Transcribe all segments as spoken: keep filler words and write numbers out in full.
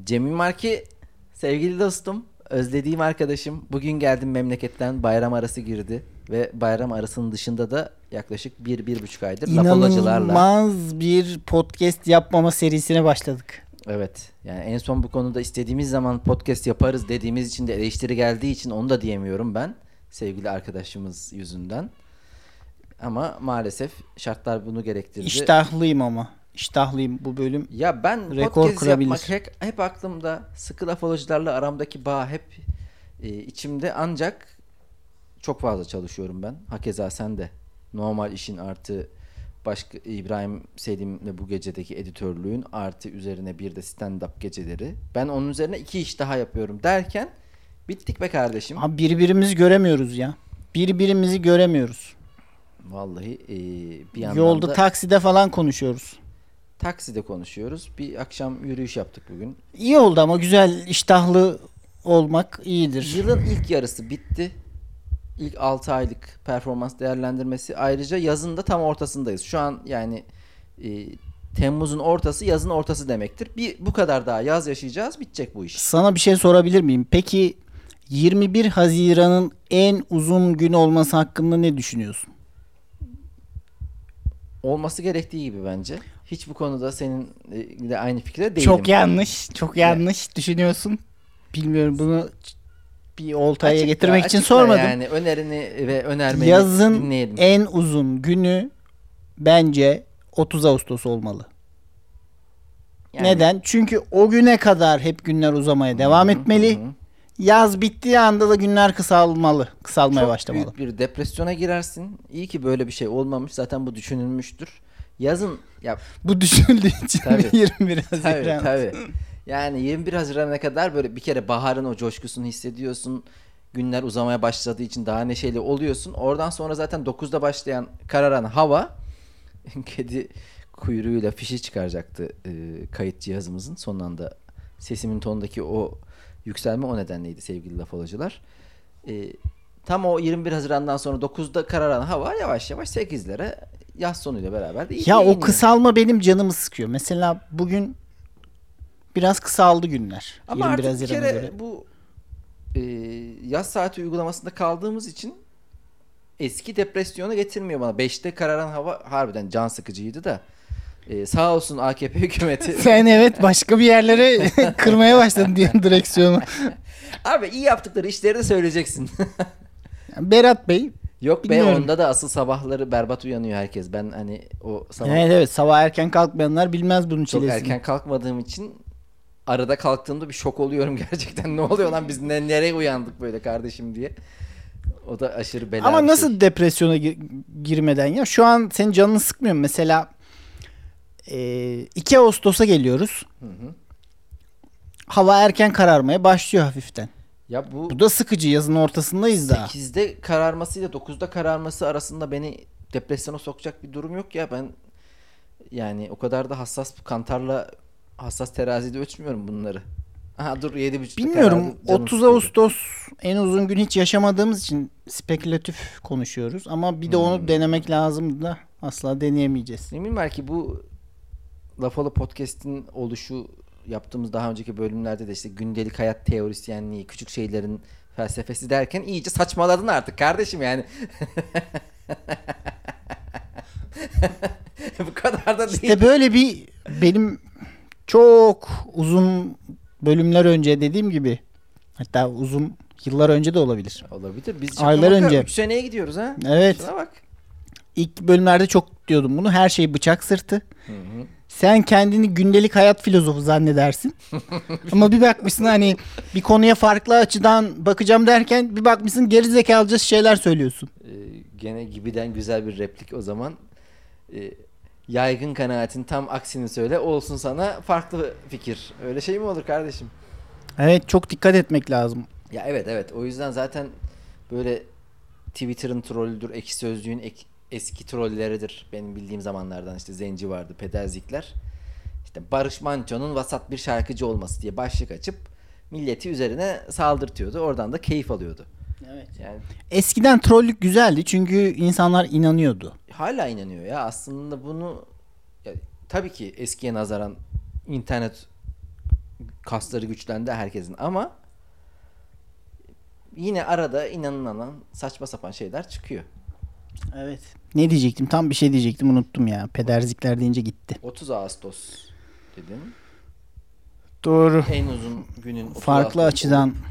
Cemil Marki, sevgili dostum, özlediğim arkadaşım. Bugün geldim memleketten, bayram arası girdi. Ve bayram arasının dışında da yaklaşık bir, bir buçuk aydır Lafolacılarla. İnanılmaz bir podcast yapmama serisine başladık. Evet, yani en son bu konuda istediğimiz zaman podcast yaparız dediğimiz için de eleştiri geldiği için onu da diyemiyorum ben. Sevgili arkadaşımız yüzünden. Ama maalesef şartlar bunu gerektirdi. İştahlıyım ama. İştahlıyım bu bölüm. Ya ben rekor podcast kırabilir. yapmak hep, hep aklımda. Sıkı lafolojlarla aramdaki bağ hep e, içimde, ancak çok fazla çalışıyorum ben. Hakeza sen de. Normal işin artı başka İbrahim Selim'le bu gecedeki editörlüğün artı üzerine bir de stand-up geceleri. Ben onun üzerine iki iş daha yapıyorum derken bittik be kardeşim. Abi birbirimizi göremiyoruz ya. Birbirimizi göremiyoruz. Vallahi e, bir yandan Yolda da takside falan konuşuyoruz. takside konuşuyoruz. Bir akşam yürüyüş yaptık bugün. İyi oldu ama güzel, iştahlı olmak iyidir. Yılın ilk yarısı bitti. İlk altı aylık performans değerlendirmesi. Ayrıca yazın da tam ortasındayız. Şu an yani e, Temmuz'un ortası yazın ortası demektir. Bir bu kadar daha yaz yaşayacağız, bitecek bu iş. Sana bir şey sorabilir miyim? Peki yirmi bir Haziran'ın en uzun gün olması hakkında ne düşünüyorsun? Olması gerektiği gibi bence. Hiç bu konuda seninle aynı fikirde değilim. Çok yanlış. Çok yanlış evet. Düşünüyorsun. Bilmiyorum, bunu bir oltaya açıkla, getirmek için sormadım. Yani önerini ve önermeni Yazın dinleyelim. en uzun günü bence otuz Ağustos olmalı. Yani, neden? Çünkü o güne kadar hep günler uzamaya devam hı, etmeli. Hı. Yaz bittiği anda da günler kısalmalı. Kısalmaya çok başlamalı. Çok büyük bir depresyona girersin. İyi ki böyle bir şey olmamış. Zaten bu düşünülmüştür. Yazın ya bu düşünüldüğü için tabii, yirmi bir Haziran. Tabii tabii. Yani yirmi bir Haziran'a kadar böyle bir kere baharın o coşkusunu hissediyorsun. Günler uzamaya başladığı için daha neşeli oluyorsun. Oradan sonra zaten dokuzda başlayan kararan hava kedi kuyruğuyla fişi çıkaracaktı e, kayıt cihazımızın. Son anda sesimin tonundaki o yükselme o nedenleydi sevgili lafolacılar. E, tam o yirmi bir Haziran'dan sonra dokuzda kararan hava yavaş yavaş sekizlere yaz sonuyla beraber de ya o kısalma benim canımı sıkıyor. Mesela bugün biraz kısaldı günler. Ama artık bir kere göre. bu e, yaz saati uygulamasında kaldığımız için eski depresyonu getirmiyor bana. beşte kararan hava harbiden can sıkıcıydı da. Ee, sağ olsun A K P hükümeti. Sen evet başka bir yerlere kırmaya başladın diye direksiyonu. Abi iyi yaptıkları işleri de söyleyeceksin. Berat Bey. Yok bilmiyorum. Be onda da asıl sabahları berbat uyanıyor herkes. Ben hani o sabah... Evet evet sabah erken kalkmayanlar bilmez bunun çilesini. Çok erken kalkmadığım için arada kalktığımda bir şok oluyorum gerçekten. Ne oluyor lan biz ne, nereye uyandık böyle kardeşim diye. O da aşırı bela. Ama nasıl şey. depresyona gir- girmeden ya? Şu an senin canını sıkmıyor mu? Mesela e, iki Ağustos'a geliyoruz. Hı hı. Hava erken kararmaya başlıyor hafiften. Ya bu, bu da sıkıcı. Yazın ortasındayız daha. sekizde kararmasıyla dokuzda kararması arasında beni depresyona sokacak bir durum yok ya. Ben yani o kadar da hassas kantarla hassas terazide ölçmüyorum bunları. Aha dur yedi buçukta bilmiyorum. otuz Ağustos en uzun gün hiç yaşamadığımız için spekülatif konuşuyoruz. Ama bir de onu hmm. denemek lazım da asla deneyemeyeceğiz. Emin var ki bu Lafolo Podcast'in oluşu yaptığımız daha önceki bölümlerde de işte gündelik hayat teorisyenliği, küçük şeylerin felsefesi derken iyice saçmaladın artık kardeşim yani. Bu kadar da değil. İşte böyle bir benim çok uzun bölümler önce dediğim gibi, hatta uzun yıllar önce de olabilir. Olabilir. Biz aylar önce. üç seneye gidiyoruz ha. Evet. Şuna bak. İlk bölümlerde çok diyordum bunu. Her şey bıçak sırtı. Hı hı. Sen kendini gündelik hayat filozofu zannedersin. Ama bir bakmışsın hani bir konuya farklı açıdan bakacağım derken bir bakmışsın gerizekalıca şeyler söylüyorsun. Ee, gene gibiden güzel bir replik o zaman. Ee, yaygın kanaatin tam aksini söyle, olsun sana farklı fikir. Öyle şey mi olur kardeşim? Evet, çok dikkat etmek lazım. Ya evet evet, o yüzden zaten böyle Twitter'ın trollüdür, Ekşi Sözlüğün ek, eski trolleridir. Benim bildiğim zamanlardan işte Zenci vardı, Pederzikler. İşte Barış Manço'nun vasat bir şarkıcı olması diye başlık açıp milleti üzerine saldırtıyordu. Oradan da keyif alıyordu. Evet. Yani eskiden trollük güzeldi çünkü insanlar inanıyordu. Hala inanıyor ya aslında bunu ya, tabii ki eskiye nazaran internet kasları güçlendi herkesin ama yine arada inanılan saçma sapan şeyler çıkıyor. Evet. Ne diyecektim? Tam bir şey diyecektim, unuttum ya. Pederzikler deyince gitti. otuz Ağustos dedim. Doğru. En uzun günün otuz Farklı Ağustos açıdan olup,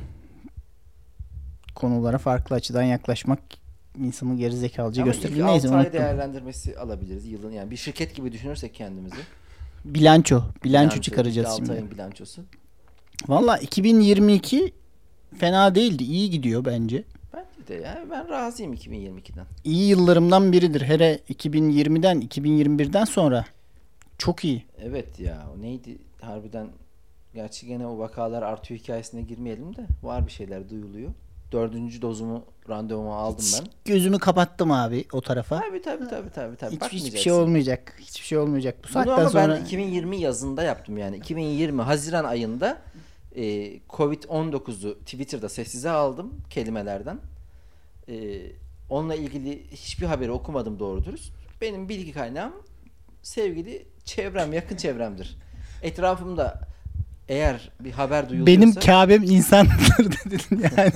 konulara farklı açıdan yaklaşmak insanı geri zekalıcı ama gösterir. ilk Neyse, altı ay unuttum. değerlendirmesi alabiliriz yılın. Yani bir şirket gibi düşünürsek kendimizi. Bilanço. Bilanço Bilanço, çıkaracağız ilk altı şimdi. ayın bilançosu. Valla iki bin yirmi iki fena değildi. İyi gidiyor bence. Bence de yani ben razıyım iki bin yirmi ikiden. İyi yıllarımdan biridir. Hele iki bin yirmiden iki bin yirmi birden sonra çok iyi. Evet ya, o neydi harbiden, gerçi gene o vakalar artıyor hikayesine girmeyelim de var bir şeyler duyuluyor. Dördüncü dozumu, randevumu aldım ben. Gözümü kapattım abi o tarafa. Tabii tabii tabii tabii. tabii. Hiç, hiçbir şey Bakmayacaksın. olmayacak. Hiçbir şey olmayacak. Bu Bunu saatten ama sonra ben iki bin yirmi yazında yaptım yani. iki bin yirmi Haziran ayında e, covid on dokuzu Twitter'da sessize aldım kelimelerden. E, onunla ilgili hiçbir haberi okumadım doğru dürüst. Benim bilgi kaynağım sevgili çevrem, yakın çevremdir. Etrafımda eğer bir haber duyuluyorsa... benim Kabe'm insandır dedin yani.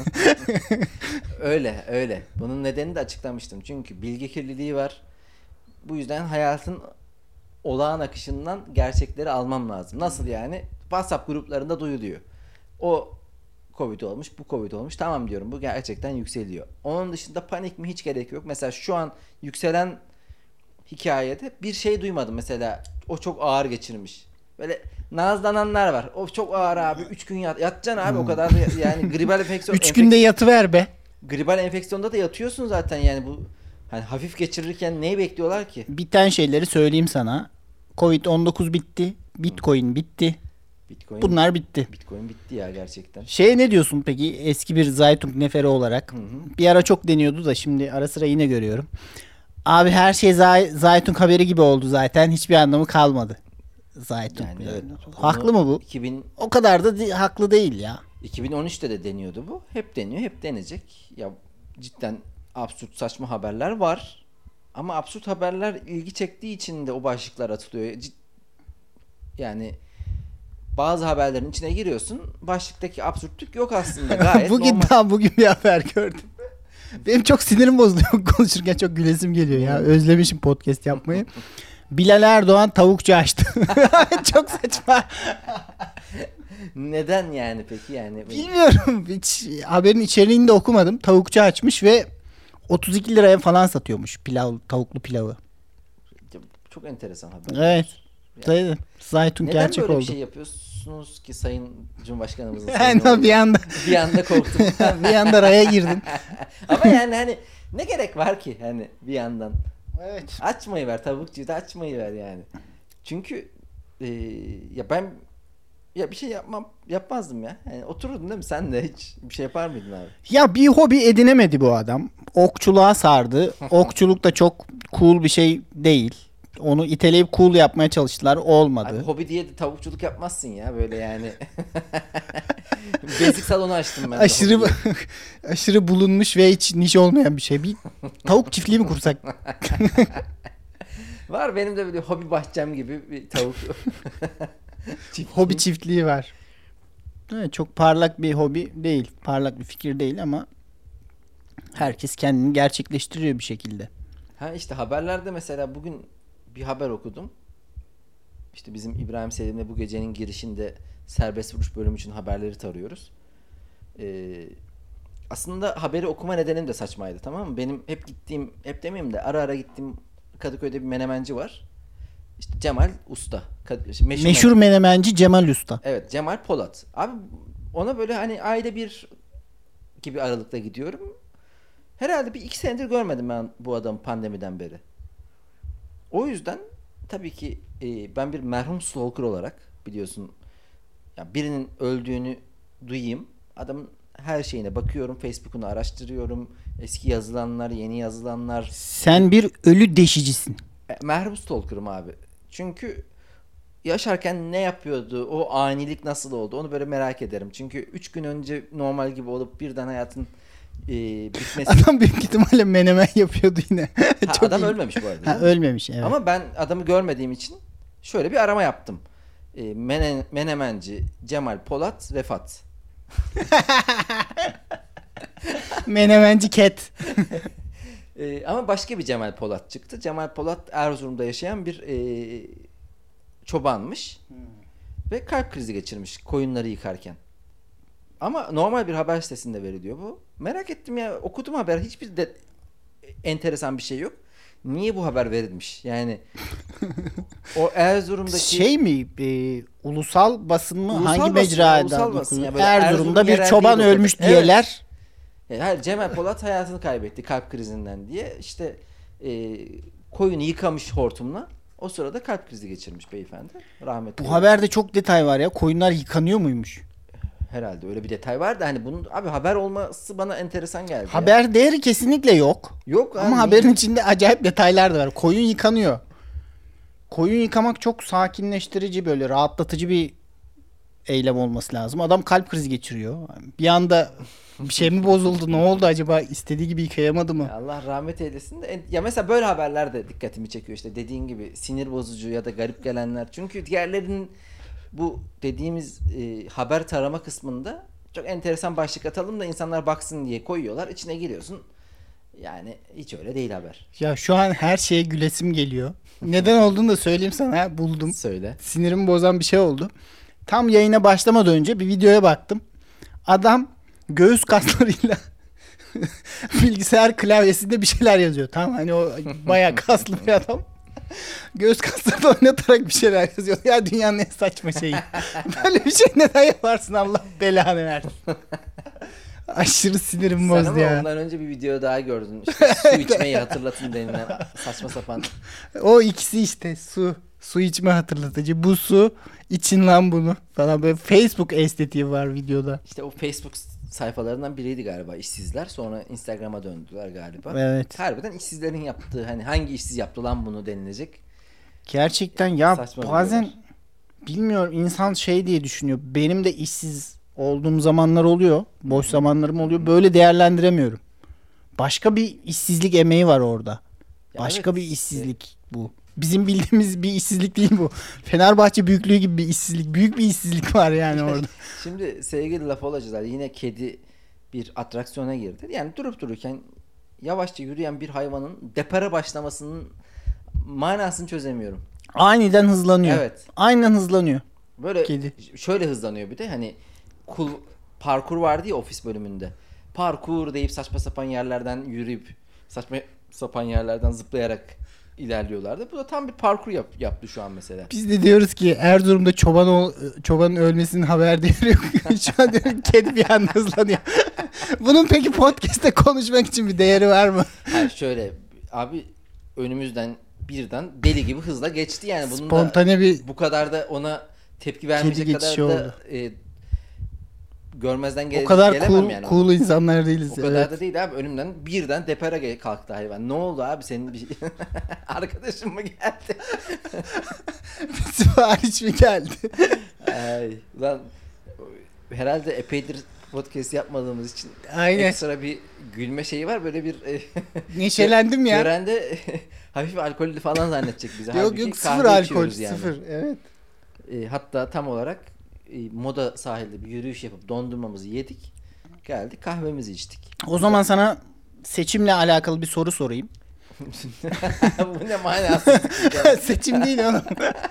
Öyle öyle. Bunun nedenini de açıklamıştım. Çünkü bilgi kirliliği var. Bu yüzden hayatın olağan akışından gerçekleri almam lazım. Nasıl yani? WhatsApp gruplarında duyuluyor. O Covid olmuş, bu Covid olmuş. Tamam diyorum, bu gerçekten yükseliyor. Onun dışında panik mi, hiç gerek yok. Mesela şu an yükselen hikayede bir şey duymadım. Mesela o çok ağır geçirmiş. Böyle nazlananlar var. O çok ağır abi. üç gün yat. Yatacaksın abi Hmm. o kadar da yani gribal enfeksiyon. Üç günde yatıver be. Gribal enfeksiyonda da yatıyorsun zaten yani bu hani hafif geçirirken neyi bekliyorlar ki? Biten şeyleri söyleyeyim sana. covid on dokuz bitti. Bitcoin bitti. Bitcoin. Bunlar bitti. Bitcoin bitti ya gerçekten. Şey, ne diyorsun peki eski bir Zaytung neferi olarak? Hı hı. Bir ara çok deniyordu da şimdi ara sıra yine görüyorum. Abi her şey Zay Zaytung haberi gibi oldu zaten. Hiçbir anlamı kalmadı. Zaytung. Yani Yani. evet, Haklı mı bu? iki bin, O kadar da di- haklı değil ya. iki bin on üçte de deniyordu bu. Hep deniyor, hep denecek. Ya cidden absürt saçma haberler var. Ama absürt haberler ilgi çektiği için de o başlıklar atılıyor. Cid- yani bazı haberlerin içine giriyorsun. Başlıktaki absürtlük yok aslında. Gayet bugün normal. daha bugün bir haber gördüm. Benim çok sinirim bozuluyor konuşurken, çok gülesim geliyor ya. Özlemişim podcast yapmayı. Bilal Erdoğan tavukçu açtı. Çok saçma. Neden yani peki yani? Bilmiyorum. Hiç haberin içeriğini de okumadım. Tavukçu açmış ve otuz iki liraya falan satıyormuş pilav, tavuklu pilavı. Çok enteresan haber. Evet. Yani, Zaytung neden gerçek böyle oldu. bir şey yapıyorsunuz ki Sayın Cumhurbaşkanımızın? Yani sayın bir anda bir anda korktum. bir anda raya girdin. Ama yani hani ne gerek var ki hani bir yandan? Evet. Açmayı ver, tavukçuyu da açmayı ver yani. Çünkü e, ya ben ya bir şey yapmam yapmazdım ya. Yani otururdun değil mi? Sen de hiç bir şey yapar mıydın abi? Ya bir hobi edinemedi bu adam. Okçuluğa sardı. Okçuluk da çok cool bir şey değil. Onu iteleyip cool yapmaya çalıştılar. Olmadı. Abi, hobi diye de tavukçuluk yapmazsın ya böyle yani. Bezik salonu açtım ben. de Aşırı hobi diye. aşırı bulunmuş ve hiç niş olmayan bir şey. Bir tavuk çiftliği mi kursak? Var benim de böyle hobi bahçem gibi bir tavuk. Çiftliğim. Hobi çiftliği var. Evet, çok parlak bir hobi değil. Parlak bir fikir değil ama herkes kendini gerçekleştiriyor bir şekilde. Ha işte haberlerde mesela bugün bir haber okudum. İşte bizim İbrahim Selim'le bu gecenin girişinde serbest vuruş bölümü için haberleri tarıyoruz. Ee, aslında haberi okuma nedenim de saçmaydı, tamam mı? Benim hep gittiğim, hep demeyeyim de ara ara gittiğim Kadıköy'de bir menemenci var. İşte Cemal Usta. Kad- Meşhur, Meşhur menemen- menemenci Cemal Usta. Evet, Cemal Polat. Abi ona böyle hani ayda bir gibi aralıkta gidiyorum. Herhalde bir iki senedir görmedim ben bu adamı pandemiden beri. O yüzden tabii ki e, ben bir merhum stalker olarak biliyorsun ya birinin öldüğünü duyayım. Adamın her şeyine bakıyorum. Facebook'unu araştırıyorum. Eski yazılanlar, yeni yazılanlar. Sen bir ölü deşicisin. E, merhum stalker'ım abi. Çünkü yaşarken ne yapıyordu? O anilik nasıl oldu? Onu böyle merak ederim. Çünkü üç gün önce normal gibi olup birden hayatın e, bitmesi. Adam büyük ihtimalle menemen yapıyordu yine. Ha, adam iyi. ölmemiş bu arada. Ha, ölmemiş evet. Ama ben adamı görmediğim için şöyle bir arama yaptım. e, Mene- Menemenci Cemal Polat vefat. Menemenci ket. E, ama başka bir Cemal Polat çıktı. Cemal Polat Erzurum'da yaşayan bir e, çobanmış. Hmm. Ve kalp krizi geçirmiş koyunları yıkarken. Ama normal bir haber sitesinde veriliyor bu. Merak ettim ya, okudum haber, hiçbir de enteresan bir şey yok. Niye bu haber verilmiş? Yani o Erzurum'daki şey mi? E, ulusal basın mı? Ulusal Hangi basın, mecrada? ulusal basın ya, böyle Erzurum'da Erzurum bir yerel çoban değil o ölmüş kadar. diyeler. Evet. Hayır, Cemal Polat hayatını kaybetti kalp krizinden diye. İşte e, koyunu yıkamış hortumla. O sırada kalp krizi geçirmiş beyefendi. Rahmetli. Bu haberde çok detay var ya. Koyunlar yıkanıyor muymuş? Herhalde öyle bir detay var da hani bunun abi haber olması bana enteresan geldi. Haber ya. değeri kesinlikle yok. Yok ama abi, haberin niye? içinde acayip detaylar da var. Koyun yıkanıyor. Koyun yıkamak çok sakinleştirici, böyle rahatlatıcı bir eylem olması lazım. Adam kalp krizi geçiriyor. Bir anda bir şey mi bozuldu? Ne oldu acaba? İstediği gibi yıkayamadı mı? Ya Allah rahmet eylesin de ya mesela böyle haberler de dikkatimi çekiyor, işte dediğin gibi sinir bozucu ya da garip gelenler. Çünkü diğerlerinin bu dediğimiz e, haber tarama kısmında çok enteresan başlık atalım da insanlar baksın diye koyuyorlar. İçine giriyorsun. Yani hiç öyle değil haber. Ya şu an her şeye gülesim geliyor. Neden olduğunu da söyleyeyim sana. Buldum. Söyle. Sinirimi bozan bir şey oldu. Tam yayına başlamadan önce bir videoya baktım. Adam göğüs kaslarıyla bilgisayar klavyesinde bir şeyler yazıyor. Tamam, hani o bayağı kaslı bir adam. Göğüs kaslarını oynatarak bir şeyler yazıyor. Ya dünyanın en saçma şeyi. Böyle bir şey neden yaparsın, Allah belanı versin. Aşırı sinirim bozdu Sen ama ya. ondan önce bir video daha gördün. İşte su içmeyi hatırlatın denilen saçma sapan. O ikisi işte, su. Su içme hatırlatıcı. Bu su, için lan bunu falan, böyle Facebook estetiği var videoda. İşte o Facebook sayfalarından biriydi galiba işsizler. Sonra Instagram'a döndüler galiba. Evet. Harbiden işsizlerin yaptığı, hani hangi işsiz yaptı lan bunu denilecek. Gerçekten ya, Saçma bazen videolar. bilmiyorum, insan şey diye düşünüyor. Benim de işsiz olduğum zamanlar oluyor. Boş zamanlarım oluyor. Böyle değerlendiremiyorum. Başka bir işsizlik emeği var orada. Başka evet, bir işsizlik bu. Bizim bildiğimiz bir işsizlik değil bu. Fenerbahçe büyüklüğü gibi bir işsizlik. Büyük bir işsizlik var yani orada. Şimdi sevgili laf olacaklar, yine kedi bir atraksiyona girdi. Yani durup dururken yavaşça yürüyen bir hayvanın depara başlamasının manasını çözemiyorum. Aniden hızlanıyor. Evet. Aynen hızlanıyor. Böyle Kedi. şöyle hızlanıyor bir de, hani kul, parkur vardı ya ofis bölümünde. Parkur deyip saçma sapan yerlerden yürüyüp saçma sapan yerlerden zıplayarak ilerliyorlardı. Bu da tam bir parkur yap, yaptı şu an mesela. Biz de diyoruz ki Erzurum'da çoban ol, çobanın ölmesinin haber değeri yok. Şu an diyorum kedi bir anda hızlanıyor. Bunun peki podcast'te konuşmak için bir değeri var mı? Hayır, şöyle abi, önümüzden birden deli gibi hızla geçti yani. Bunun spontane da, bir bu kadar da ona tepki vermeyecek kadar da oldu. E, görmezden gele, o kadar gelemem cool, yani. cool insanlar değiliz. O kadar evet. da değil abi. Önümden birden depara kalktı hayvan. Ne oldu abi, senin bir arkadaşın mı geldi? Sipariş mi geldi? Ay, lan herhalde epeydir podcast yapmadığımız için Aynen. ekstra bir gülme şeyi var. Böyle bir neşelendim ya. Törende hafif alkollü falan zannedecek bizi. Yok Halbuki yok, sıfır kahve alkol, içiyoruz yani. sıfır. Evet. E, hatta tam olarak e, Moda sahilde bir yürüyüş yapıp dondurmamızı yedik. Geldik, kahvemizi içtik. O zaman sana seçimle alakalı bir soru sorayım. Bu ne manasız? Seçim değil oğlum.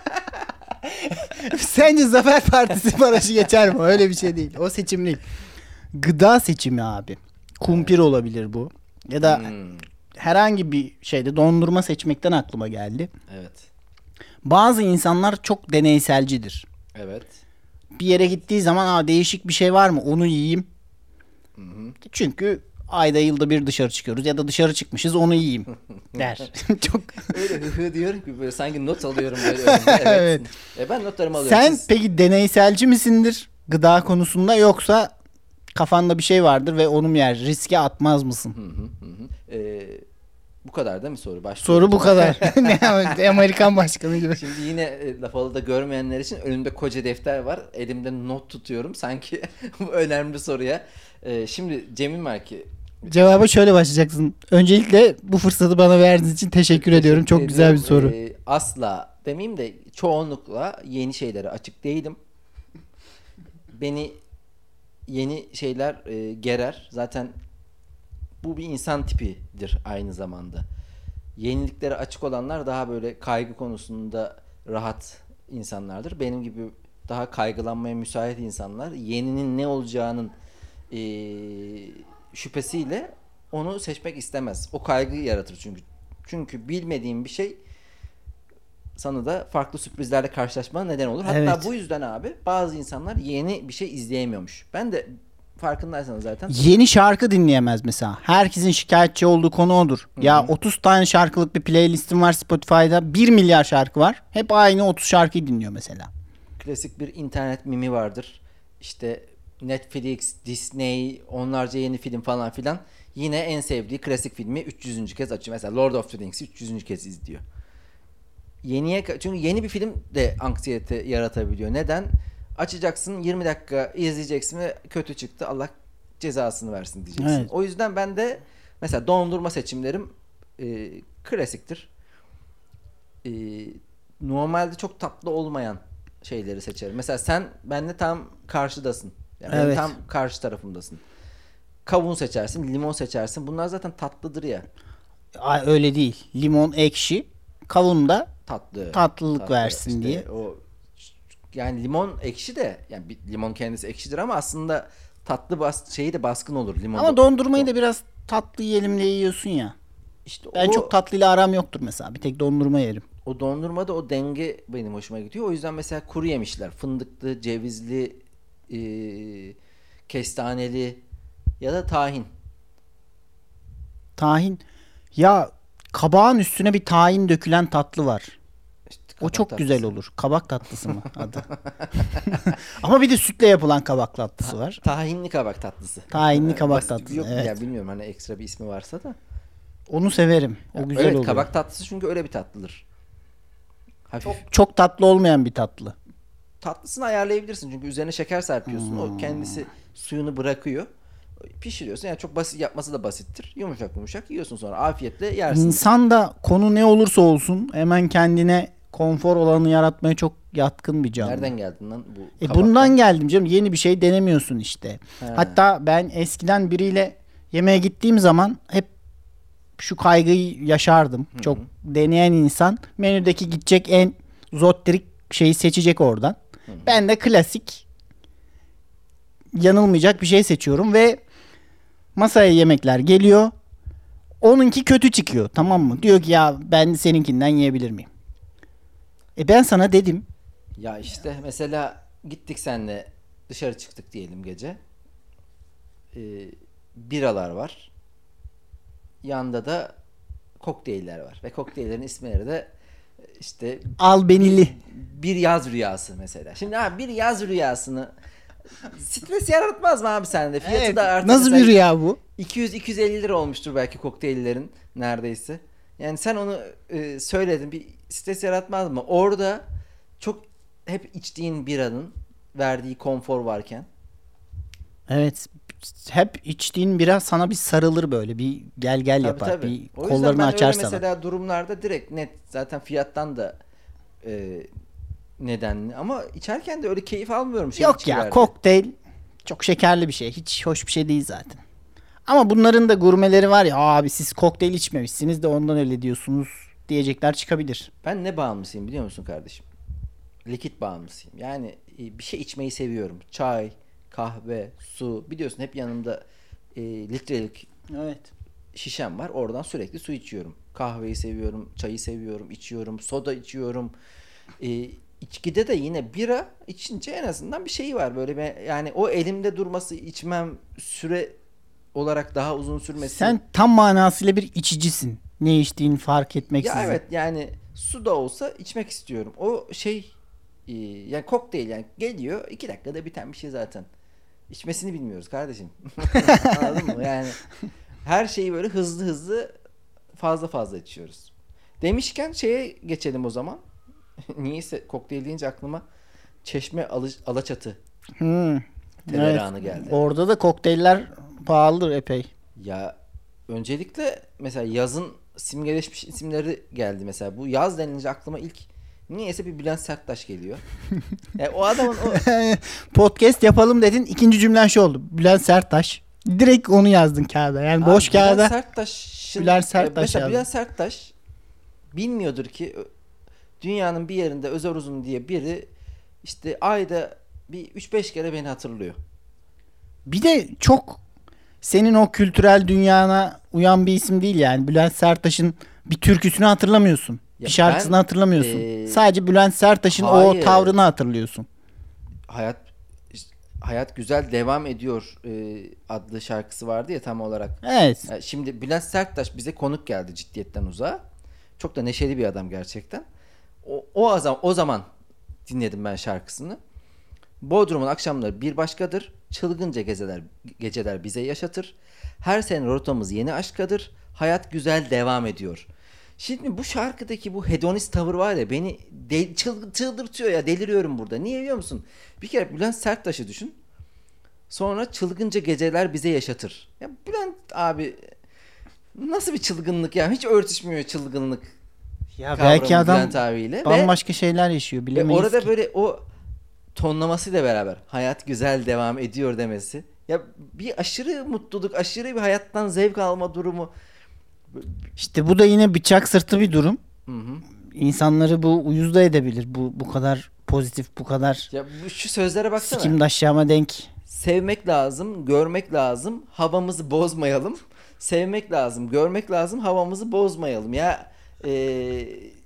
Sence Zafer Partisi barajı geçer mi? Öyle bir şey değil. O seçim değil. Gıda seçimi abi. Kumpir olabilir bu. Ya da Hmm, herhangi bir şeyde dondurma seçmekten aklıma geldi. evet. Bazı insanlar çok deneyselcidir. Evet. Bir yere gittiği zaman, aa, değişik bir şey var mı? Onu yiyeyim. Hı hı. Çünkü ayda yılda bir dışarı çıkıyoruz ya da dışarı çıkmışız, onu yiyeyim der. Çok. Öyle hı hı diyorum ki böyle sanki not alıyorum böyle önümde. Evet. Evet. E ben notlarımı alıyorum. Sen Siz... peki deneyselci misindir gıda konusunda, yoksa kafanda bir şey vardır ve onu yer riske atmaz mısın? Hı hı hı hı. Ee, bu kadar değil mi soru? Başlıyor. Soru bu kadar. Ne, Amerikan başkanı gibi. Şimdi yine e, laf alıda görmeyenler için önümde koca defter var. Elimde not tutuyorum. Sanki bu önemli soruya. Ee, şimdi Cem'in var ki. Cevaba şöyle başlayacaksın. Öncelikle bu fırsatı bana verdiğiniz için teşekkür, ediyorum. Çok güzel bir soru. Ee, asla demeyeyim de çoğunlukla yeni şeylere açık değilim. Beni yeni şeyler e, gerer. Zaten bu bir insan tipidir aynı zamanda. Yeniliklere açık olanlar daha böyle kaygı konusunda rahat insanlardır. Benim gibi daha kaygılanmaya müsait insanlar yeninin ne olacağının e, şüphesiyle onu seçmek istemez. O kaygıyı yaratır çünkü. Çünkü bilmediğin bir şey sana da farklı sürprizlerle karşılaşmana neden olur. Hatta Evet. bu yüzden abi bazı insanlar yeni bir şey izleyemiyormuş. Ben de farkındaysanız zaten. Yeni şarkı dinleyemez mesela. Herkesin şikayetçi olduğu konu odur. Hı-hı. Ya otuz tane şarkılık bir playlistim var Spotify'da. bir milyar şarkı var. Hep aynı otuz şarkıyı dinliyor mesela. Klasik bir internet mimi vardır. İşte Netflix, Disney, onlarca yeni film falan filan. Yine en sevdiği klasik filmi üç yüzüncü kez açıyor. Mesela Lord of the Rings'i üç yüzüncü kez izliyor. Yeniye, çünkü yeni bir film de anksiyete yaratabiliyor. Neden? Açacaksın, yirmi dakika izleyeceksin ve kötü çıktı. Allah cezasını versin diyeceksin. Evet. O yüzden ben de mesela dondurma seçimlerim e, klasiktir. E, normalde çok tatlı olmayan şeyleri seçerim. Mesela sen benimle tam karşıdasın. Yani Evet. benim tam karşı tarafımdasın. Kavun seçersin, limon seçersin. Bunlar zaten tatlıdır ya. Ay, öyle değil. Limon ekşi, kavun da Tatlı. tatlılık tatlı. versin İşte diye. o yani limon ekşi de yani bir, limon kendisi ekşidir ama aslında tatlı bas, şeyi de baskın olur limon. Ama dondurmayı da biraz tatlı yiyelim diye yiyorsun ya. İşte Ben o, çok tatlıyla aram yoktur mesela. Bir tek dondurma yerim. o dondurmada o denge benim hoşuma gidiyor. O yüzden mesela kuru yemişler, fındıklı, cevizli, e, kestaneli ya da tahin. Tahin. Ya kabağın üstüne bir tahin dökülen tatlı var. İşte O kabak çok tatlısı. güzel olur. Kabak tatlısı mı adı? Ama bir de sütle yapılan kabak tatlısı var. Tahinli kabak tatlısı. Tahinli kabak Basit- tatlısı. Yok, Evet. ya bilmiyorum hani ekstra bir ismi varsa da. Onu severim. O Ya güzel evet, oluyor. kabak tatlısı çünkü öyle bir tatlıdır. Hafif. Çok, çok tatlı olmayan bir tatlı. Tatlısını ayarlayabilirsin çünkü üzerine şeker serpiyorsun. Hmm. O kendisi suyunu bırakıyor. Pişiriyorsun. Yani çok basit, yapması da basittir. Yumuşak yumuşak yiyorsun, sonra afiyetle yersin. İnsan da konu ne olursa olsun hemen kendine konfor alanı yaratmaya çok yatkın bir canlı. Nereden geldin lan bu E kabaktan? bundan geldim canım. Yeni bir şey denemiyorsun işte. He. Hatta ben eskiden biriyle yemeğe gittiğim zaman hep şu kaygıyı yaşardım. Hı hı. Çok deneyen insan menüdeki gidecek en zotterik şeyi seçecek oradan. Hı hı. Ben de klasik yanılmayacak bir şey seçiyorum ve masaya yemekler geliyor. Onunki kötü çıkıyor, tamam mı? Diyor ki ya ben seninkinden yiyebilir miyim? E ben sana dedim. Ya işte mesela gittik senle dışarı çıktık diyelim gece. Ee, biralar var. Yanında da kokteyller var. Ve kokteyllerin isimleri de işte Albenili. bir yaz rüyası mesela. Şimdi abi bir yaz rüyasını stres yaratmaz mı abi sende? Fiyatı Evet, da artık nasıl mesela bir rüya bu? iki yüz iki yüz elli lira olmuştur belki kokteyllerin neredeyse. Yani sen onu e, söyledin, bir stres yaratmaz mı? Orada çok hep içtiğin biranın verdiği konfor varken. Evet. Hep içtiğin bira sana bir sarılır böyle. Bir gel gel Tabii, yapar. tabii. Bir O yüzden kollarını ben açar öyle sana. mesela durumlarda direkt net zaten fiyattan da e, nedenli ama içerken de öyle keyif almıyorum şey Yok ya, içkilerde. kokteyl çok şekerli bir şey. Hiç hoş bir şey değil zaten. Ama bunların da gurmeleri var ya, abi siz kokteyl içmemişsiniz de ondan öyle diyorsunuz diyecekler çıkabilir. Ben ne bağımlısıyım biliyor musun kardeşim? Likit bağımlısıyım. Yani e, bir şey içmeyi seviyorum. Çay, kahve, su. Biliyorsun hep yanımda e, litrelik Evet. şişem var. Oradan sürekli su içiyorum. Kahveyi seviyorum, çayı seviyorum, içiyorum, soda içiyorum. E, içkide de yine bira içince en azından bir şeyi var. Böyle bir, yani o elimde durması, içmem süre olarak daha uzun sürmesi. Sen tam manasıyla bir içicisin. Ne içtiğini fark etmeksizin. Ya evet, yani su da olsa içmek istiyorum. O şey e, yani kokteyl yani geliyor iki dakikada biten bir şey zaten. İçmesini bilmiyoruz kardeşim. Anladın mı? Yani her şeyi böyle hızlı hızlı fazla fazla içiyoruz. Demişken şeye geçelim o zaman. Niyeyse kokteyl deyince aklıma Çeşme Alı- Alaçatı Hmm. tereyağını geldi. Orada da kokteyller pahalıdır epey. Ya öncelikle mesela yazın simgeleşmiş isimleri geldi mesela. Bu yaz denilince aklıma ilk Niyeyse bir Bülent Serttaş geliyor. Yani o adamın o... Podcast yapalım dedin. İkinci cümlen şu oldu. Bülent Serttaş. Direkt onu yazdın kağıda. Yani boş Abi, kağıda. Bülent Serttaş'ın... Bülent Serttaş Mesela yazdım. Bülent Serttaş bilmiyordur ki dünyanın bir yerinde Özer Uzun diye biri işte ayda bir üç beş kere beni hatırlıyor. Bir de çok senin o kültürel dünyana uyan bir isim değil yani. Bülent Serttaş'ın bir türküsünü hatırlamıyorsun. Ya bir şarkısını ben, hatırlamıyorsun. ee, Sadece Bülent Serttaş'ın o hayır. tavrını hatırlıyorsun. Hayat Hayat Güzel Devam Ediyor e, adlı şarkısı vardı ya tam olarak. Evet. Yani şimdi Bülent Serttaş bize konuk geldi ciddiyetten uzağa. Çok da neşeli bir adam gerçekten. O, o, zaman, o zaman dinledim ben şarkısını. Bodrum'un akşamları bir başkadır. Çılgınca geceler, geceler bize yaşatır. Her sene rotamız yeni aşkadır. Hayat güzel devam ediyor. Şimdi bu şarkıdaki bu hedonist tavır var ya beni de, çıl, çıldırtıyor ya deliriyorum burada. Niye biliyor musun? Bir kere Bülent Serttaş'ı düşün. Sonra çılgınca geceler bize yaşatır. Ya Bülent abi nasıl bir çılgınlık ya? Hiç örtüşmüyor çılgınlık. Ya belki adam Bülent abiyle. bambaşka ve, şeyler yaşıyor bilemeyiz ve orada ki. böyle o tonlamasıyla beraber hayat güzel devam ediyor demesi. Ya bir aşırı mutluluk, aşırı bir hayattan zevk alma durumu. İşte bu da yine bıçak sırtı bir durum. Hı hı. İnsanları bu uyuz da edebilir. Bu bu kadar pozitif, bu kadar ya bu, şu sözlere baksana. sikim daşyama denk. Sevmek lazım, görmek lazım, havamızı bozmayalım. Sevmek lazım, görmek lazım, havamızı bozmayalım. Ya ee,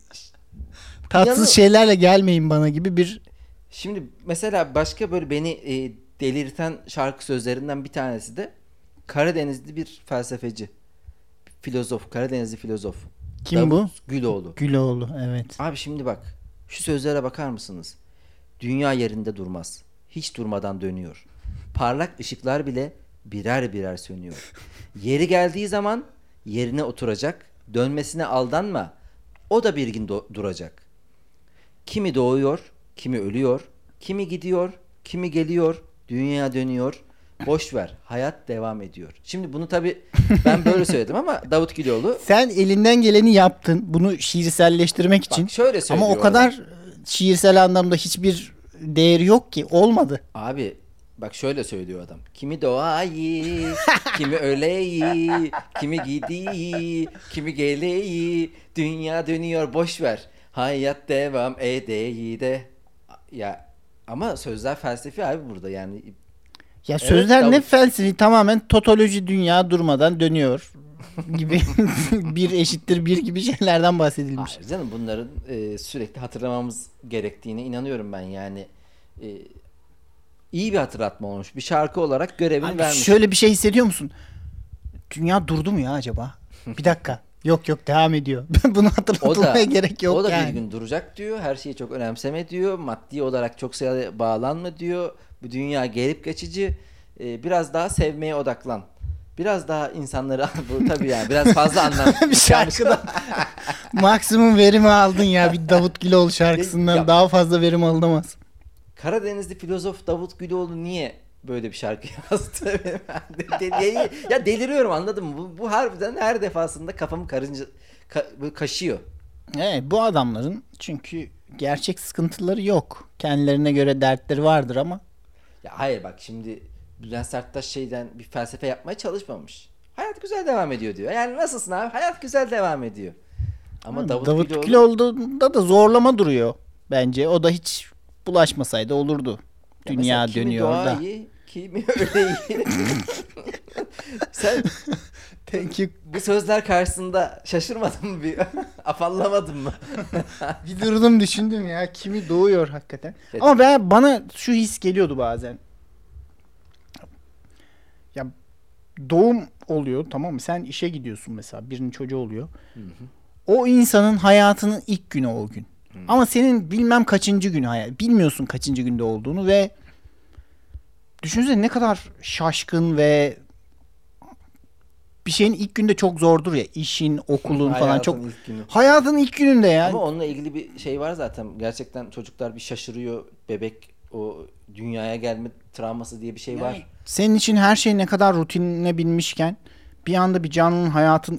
tatsız yanı... şeylerle gelmeyin bana gibi bir. Şimdi mesela başka böyle beni e, delirten şarkı sözlerinden bir tanesi de Karadenizli bir felsefeci. Filozof, Karadenizli filozof. Kim Davut bu? Güloğlu. Güloğlu, evet. Abi şimdi bak, şu sözlere bakar mısınız? Dünya yerinde durmaz. Hiç durmadan dönüyor. Parlak ışıklar bile birer birer sönüyor. Yeri geldiği zaman yerine oturacak. Dönmesine aldanma. O da bir gün do- duracak. Kimi doğuyor, kimi ölüyor, kimi gidiyor, kimi geliyor. Dünya dönüyor. Boş ver. Hayat devam ediyor. Şimdi bunu tabii ben böyle söyledim ama Davut Güloğlu. Sen elinden geleni yaptın. Bunu şiirselleştirmek için. Bak şöyle söylüyor. Ama o kadar adam. Şiirsel anlamda hiçbir değeri yok ki. Olmadı. Abi bak şöyle söylüyor adam. Kimi doğayı, kimi öleyi, kimi gidiyi, kimi geleyi. Dünya dönüyor boş ver. Hayat devam edeyi de. Ya ama sözler felsefi abi burada yani. Ya sözler evet, ne felsefi, tamamen totoloji, dünya durmadan dönüyor gibi bir eşittir bir gibi şeylerden bahsedilmiş. Hayır canım bunların e, sürekli hatırlamamız gerektiğine inanıyorum ben yani. E, iyi bir hatırlatma olmuş. Bir şarkı olarak görevini Abi vermiş. şöyle bir şey hissediyor musun? Dünya durdu mu ya acaba? Bir dakika. Yok yok devam ediyor. Bunu hatırlatmaya o da, gerek yok o da yani. bir gün duracak diyor. Her şeyi çok önemseme diyor. Maddi olarak çok sayıya bağlanma diyor. Bu dünya gelip geçici. Ee, biraz daha sevmeye odaklan. Biraz daha insanları bu tabii yani biraz fazla anlam. Bir şarkıdan maksimum verimi aldın ya bir Davut Güloğlu şarkısından Ya, daha fazla verim alınamaz. Karadenizli filozof Davut Güloğlu niye böyle bir şarkı yazdı? de, de, de, ya deliriyorum anladın mı? Bu, bu harbiden her defasında kafamı karınca ka, kaşıyor. Evet bu adamların çünkü gerçek sıkıntıları yok. Kendilerine göre dertleri vardır ama. Ya hayır bak şimdi Bülent Serttaş şeyden bir felsefe yapmaya çalışmamış. Hayat güzel devam ediyor diyor. Yani nasılsın abi? Hayat güzel devam ediyor. Ama Hı, Davut, Davut Güloğlu... Güloğlu'da da zorlama duruyor bence. O da hiç bulaşmasaydı olurdu. Ya Dünya kimi dönüyor da. doğayı, kimi öleyi. Sen Thank you. bu sözler karşısında şaşırmadın mı bir? Afallamadın mı? Bir durdum düşündüm ya. Kimi doğuyor hakikaten. Evet. Ama ben bana şu his geliyordu bazen. Ya doğum oluyor tamam mı? Sen işe gidiyorsun mesela. Birinin çocuğu oluyor. Hı hı. O insanın hayatının ilk günü o gün. Hı. Ama senin bilmem kaçıncı günü hayat. Bilmiyorsun kaçıncı günde olduğunu ve düşünsene ne kadar şaşkın ve bir şeyin ilk günde çok zordur ya. İşin, okulun falan çok. Ilk günü. Hayatın ilk gününde ya. Ama onunla ilgili bir şey var zaten. Gerçekten çocuklar bir şaşırıyor. Bebek o dünyaya gelme travması diye bir şey yani, var. senin için her şey ne kadar rutinine binmişken bir anda bir canlının hayatın ilk gününde olması çok tuhaf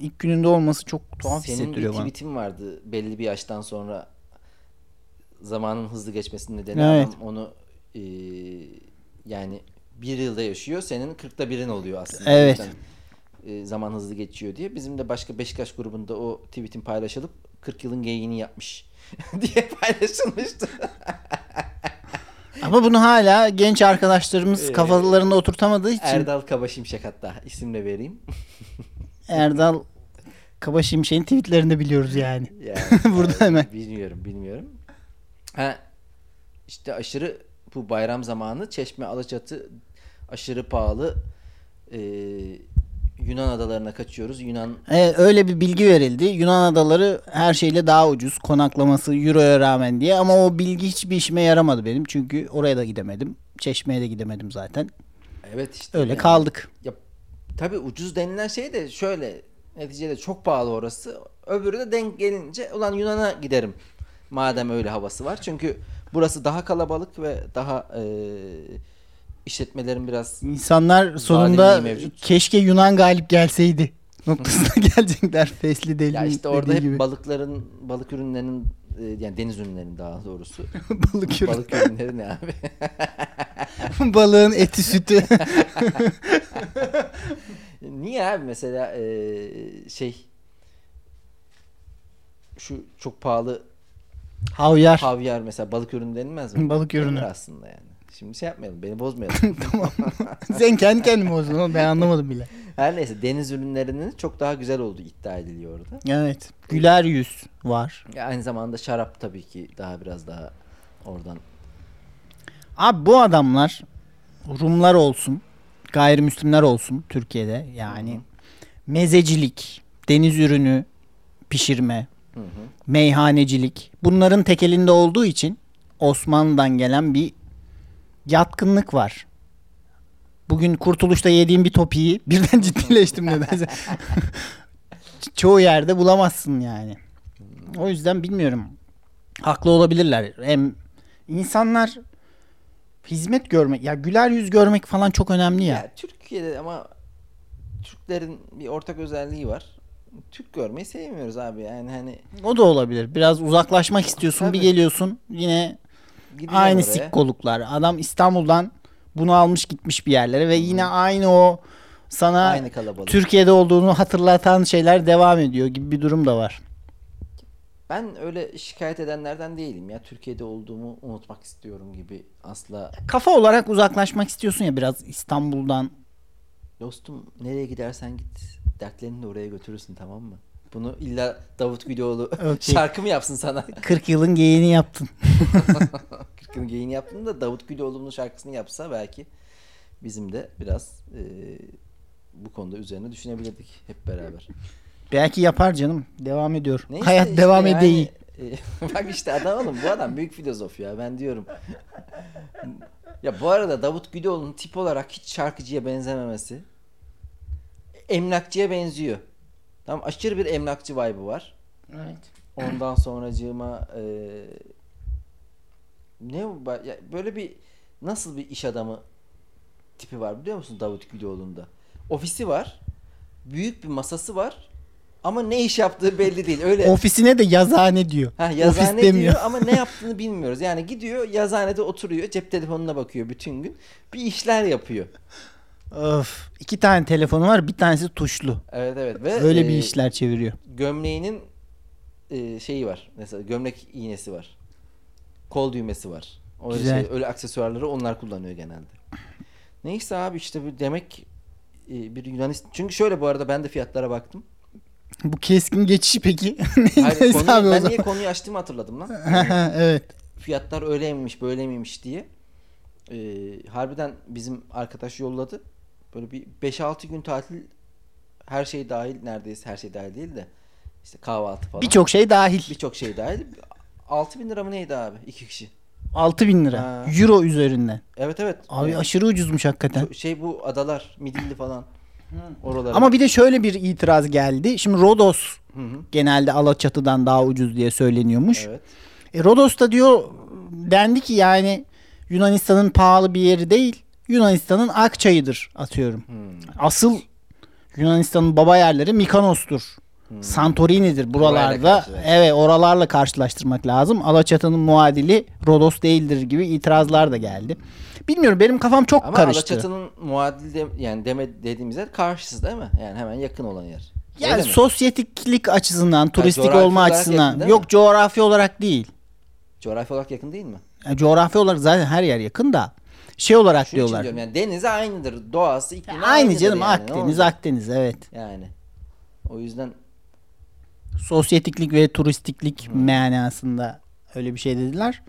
Senin hissettiriyor bana. Senin bir tweetin vardı belli bir yaştan sonra. zamanın hızlı geçmesinin nedeni Evet. adam onu e, yani bir yılda yaşıyor. Senin kırkta birin oluyor aslında. Evet. O yüzden, e, zaman hızlı geçiyor diye. Bizim de başka Beşiktaş grubunda o tweetin paylaşılıp kırk yılın geyiğini yapmış diye paylaşılmıştı. Ama bunu hala genç arkadaşlarımız Ee, kafalarında oturtamadığı için Erdal Kaba Şimşek hatta isimle vereyim. Erdal Kaba Şimşek'in tweetlerini de biliyoruz yani. Yani, Burada yani hemen. Bilmiyorum, bilmiyorum. Ha, işte aşırı bu bayram zamanı Çeşme, Alaçatı aşırı pahalı. Ee, Yunan adalarına kaçıyoruz. Yunan Evet, öyle bir bilgi verildi. Yunan adaları her şeyle daha ucuz. Konaklaması Euro'ya rağmen diye. Ama o bilgi hiçbir işime yaramadı benim. Çünkü oraya da gidemedim. Çeşme'ye de gidemedim zaten. evet işte. Öyle yani, kaldık. Ya tabii ucuz denilen şey de şöyle, neticede çok pahalı orası. Öbürü de denk gelince ulan Yunan'a giderim. Madem öyle havası var. Çünkü burası daha kalabalık ve daha e, işletmelerin biraz İnsanlar sonunda vadenliği mevcut. keşke Yunan galip gelseydi noktasına gelecekler. Fesli deli Ya işte orada hep gibi. balıkların, balık ürünlerinin e, yani deniz ürünlerinin daha doğrusu. Balık ürün. Balık ürünleri ne abi? Balığın eti sütü. Niye abi mesela e, şey şu çok pahalı Havyar. havyar mesela balık ürünü denilmez mi? Balık ürünü. Denir aslında yani. Şimdi şey yapmayalım, beni bozmayalım. Tamam. Sen kendi kendime o zaman, ben anlamadım bile. Her neyse, deniz ürünlerinin çok daha güzel olduğu iddia ediliyor orada. Evet. Güler yüz var. Ya aynı zamanda şarap tabii ki daha biraz daha oradan. Abi bu adamlar Rumlar olsun, gayrimüslimler olsun Türkiye'de yani Hı hı. mezecilik, deniz ürünü pişirme, Hı hı. meyhanecilik bunların tekelinde olduğu için Osmanlı'dan gelen bir yatkınlık var. Bugün Kurtuluş'ta yediğim bir topiyi birden ciddileştim nedense. Çoğu yerde bulamazsın yani. O yüzden bilmiyorum. Haklı olabilirler. Hem insanlar hizmet görmek, ya güler yüz görmek falan çok önemli ya. Ya Türkiye'de ama Türklerin bir ortak özelliği var. Türk görmeyi sevmiyoruz abi, yani hani O da olabilir. Biraz uzaklaşmak istiyorsun, Tabii. bir geliyorsun yine gidiyor aynı oraya. sikkoluklar. Adam İstanbul'dan bunu almış gitmiş bir yerlere ve yine aynı o sana Aynı kalabalık. Türkiye'de olduğunu hatırlatan şeyler devam ediyor gibi bir durum da var. Ben öyle şikayet edenlerden değilim ya. Türkiye'de olduğumu unutmak istiyorum gibi asla. Kafa olarak uzaklaşmak istiyorsun ya biraz İstanbul'dan. Dostum, nereye gidersen git, dertlerini de oraya götürürsün, tamam mı? Bunu illa Davut Güloğlu Okey. şarkı mı yapsın sana? kırk yılın geyiğini yaptın. kırkın geyini yaptım da Davut Güloğlu'nun şarkısını yapsa belki bizim de biraz e, bu konuda üzerine düşünebilirdik hep beraber. Belki yapar canım. Devam ediyor. Neyse Hayat işte devam yani, edeyi. e, bak işte adam, oğlum bu adam büyük filozof ya, ben diyorum. Ya bu arada Davut Güloğlu'nun tip olarak hiç şarkıcıya benzememesi, emlakçıya benziyor. Tamam, aşırı bir emlakçı vibe'ı var. Evet. Ondan sonracığıma e, ne bu- ya böyle bir nasıl bir iş adamı tipi var biliyor musun Davut Güloğlu'nda? Ofisi var. Büyük bir masası var. Ama ne iş yaptığı belli değil. Öyle. Ofisine de yazıhane diyor. Ha, yazıhane Ofis demiyor. diyor ama ne yaptığını bilmiyoruz. Yani gidiyor yazıhanede oturuyor, cep telefonuna bakıyor bütün gün. Bir işler yapıyor. Of. İki tane telefonu var, bir tanesi tuşlu. Evet evet ve Öyle bir e, işler çeviriyor. gömleğinin e, şeyi var. Mesela gömlek iğnesi var. Kol düğmesi var. O Güzel. şey, öyle aksesuarları onlar kullanıyor genelde. Neyse abi işte bu demek e, bir Yunanistan. Çünkü şöyle, bu arada ben de fiyatlara baktım. Bu keskin geçiş peki? Hayır, Neyse konuyu, abi o ben zaman. niye konuyu açtığımı hatırladım lan. Yani Evet. fiyatlar öyle miymiş böyle miymiş diye. E, harbiden bizim arkadaş yolladı. Böyle bir beş altı gün tatil, her şey dahil, neredeyse her şey dahil değil de işte kahvaltı falan. Birçok şey dahil. Birçok şey dahil. altı bin lira mı neydi abi? iki kişi. altı bin lira. Ha. Euro üzerinden. Evet evet. Abi Yani aşırı ucuzmuş hakikaten. çok- şey bu adalar, Midilli falan. Oralar. Ama bir de şöyle bir itiraz geldi. Şimdi Rodos Hı hı. genelde Alaçatı'dan daha ucuz diye söyleniyormuş. Evet. E, Rodos'ta diyor dendi ki yani Yunanistan'ın pahalı bir yeri değil. Yunanistan'ın Akçay'ıdır atıyorum. Hmm. Asıl Yunanistan'ın baba yerleri Mikonos'tur. Hmm. Santorini'dir buralarda. Burayla Evet, oralarla karşılaştırmak lazım. Alaçatı'nın muadili Rodos değildir gibi itirazlar da geldi. Bilmiyorum, benim kafam çok Ama karıştı. Ama Alaçatı'nın muadili de, yani deme dediğimiz yer karşısı değil mi? Yani hemen yakın olan yer. Yani sosyetiklik açısından, turistik coğrafi olma olarak açısından. yakın değil Yok, mi? coğrafi olarak değil. Coğrafi olarak yakın değil mi? Yani coğrafi olarak zaten her yer yakın da. Şey olarak Şunun için diyorlar. diyorum yani denize aynıdır. Doğası, iklimi Aynı aynıdır canım, yani. Akdeniz Akdeniz evet. Yani o yüzden Sosyetiklik ve turistiklik hmm. manasında öyle bir şey dediler.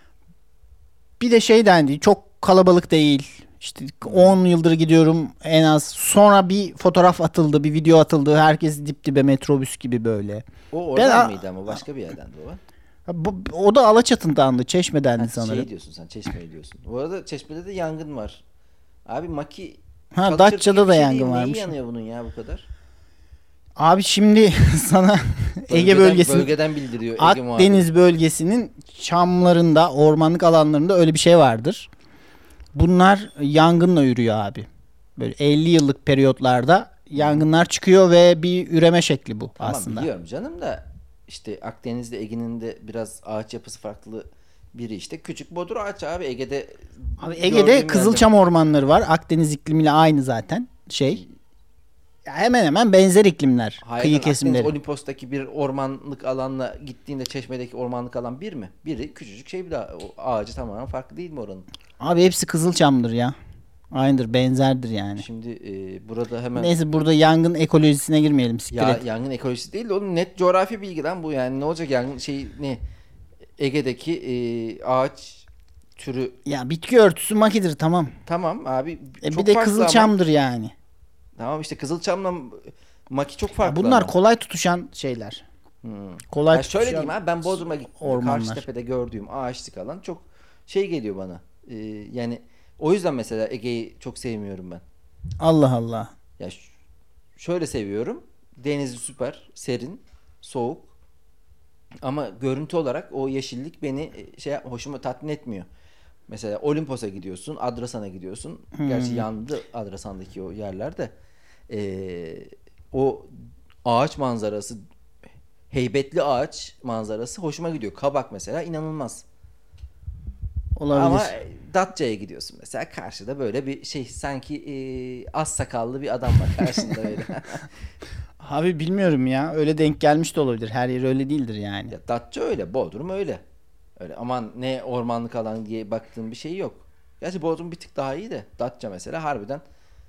Bir de şey dendi, çok kalabalık değil. İşte on yıldır gidiyorum en az. Sonra bir fotoğraf atıldı, bir video atıldı. Herkes dip dibe metrobüs gibi böyle. O oradan ben, mıydı ama başka bir yerdendi o? Bu, o da Alaçatı'ndandı, Çeşme'dendi ha, sanırım. Şey diyorsun sen, Çeşme'yi diyorsun. Bu arada Çeşme'de de yangın var. Abi Maki Ha, Datça'da da şey yangın değil, varmış. Neyi yanıyor bunun ya bu kadar? Abi şimdi sana Ege bölgeden, bölgesinin bölgeden bildiriyor Ege Akdeniz muhabiri. bölgesinin çamlarında, ormanlık alanlarında öyle bir şey vardır. Bunlar yangınla yürüyor abi. Böyle elli yıllık periyotlarda yangınlar çıkıyor ve bir üreme şekli bu tamam, aslında. Biliyorum canım da işte Akdeniz'de, Ege'nin de biraz ağaç yapısı farklı biri işte. Küçük bodur ağaç abi Ege'de. Abi Ege'de Kızılçam yerde ormanları var. Akdeniz iklimiyle aynı zaten şey. Ya hemen hemen benzer iklimler. Hayır, kıyı kesimleri. Akdeniz Olimpos'taki bir ormanlık alanla gittiğinde Çeşme'deki ormanlık alan bir mi? Biri küçücük şey, bir daha o ağacı tamamen farklı değil mi oranın? Abi hepsi Kızılçam'dır ya. Aynıdır, benzerdir yani. Şimdi e, burada hemen... Neyse, burada yangın ekolojisine girmeyelim. Ya, yangın ekolojisi değil de oğlum, net coğrafi bilgi lan bu yani. Ne olacak yangın şey ne? Ege'deki e, ağaç türü... Ya bitki örtüsü makidir, tamam. Tamam abi. E bir de Kızılçam'dır ama. Yani. Tamam işte Kızılçam'la maki çok farklı. Ya bunlar ama. kolay tutuşan şeyler. Hmm. Kolay ya şöyle diyeyim abi, ben Bodrum'a gittim. Ormanlar. Karşıtepe'de gördüğüm ağaçlık alan çok şey geliyor bana. Ee, yani o yüzden mesela Ege'yi çok sevmiyorum ben. Allah Allah. Ya ş- şöyle seviyorum. Denizi süper, serin, soğuk. Ama görüntü olarak o yeşillik beni şey hoşuma tatmin etmiyor. Mesela Olimpos'a gidiyorsun, Adrasan'a gidiyorsun. Hmm. Gerçi yandı Adrasan'daki o yerler de. Ee, o ağaç manzarası, heybetli ağaç manzarası hoşuma gidiyor. Kabak mesela inanılmaz. Olabilir. Ama Datça'ya gidiyorsun mesela, karşıda böyle bir şey, sanki e, az sakallı bir adam var karşında böyle. Abi bilmiyorum ya, öyle denk gelmiş de olabilir. Her yer öyle değildir yani. Ya Datça öyle, Bodrum öyle. Öyle aman ne ormanlık alan diye baktığım bir şey yok. Gerçi Bodrum bir tık daha iyi de Datça mesela harbiden.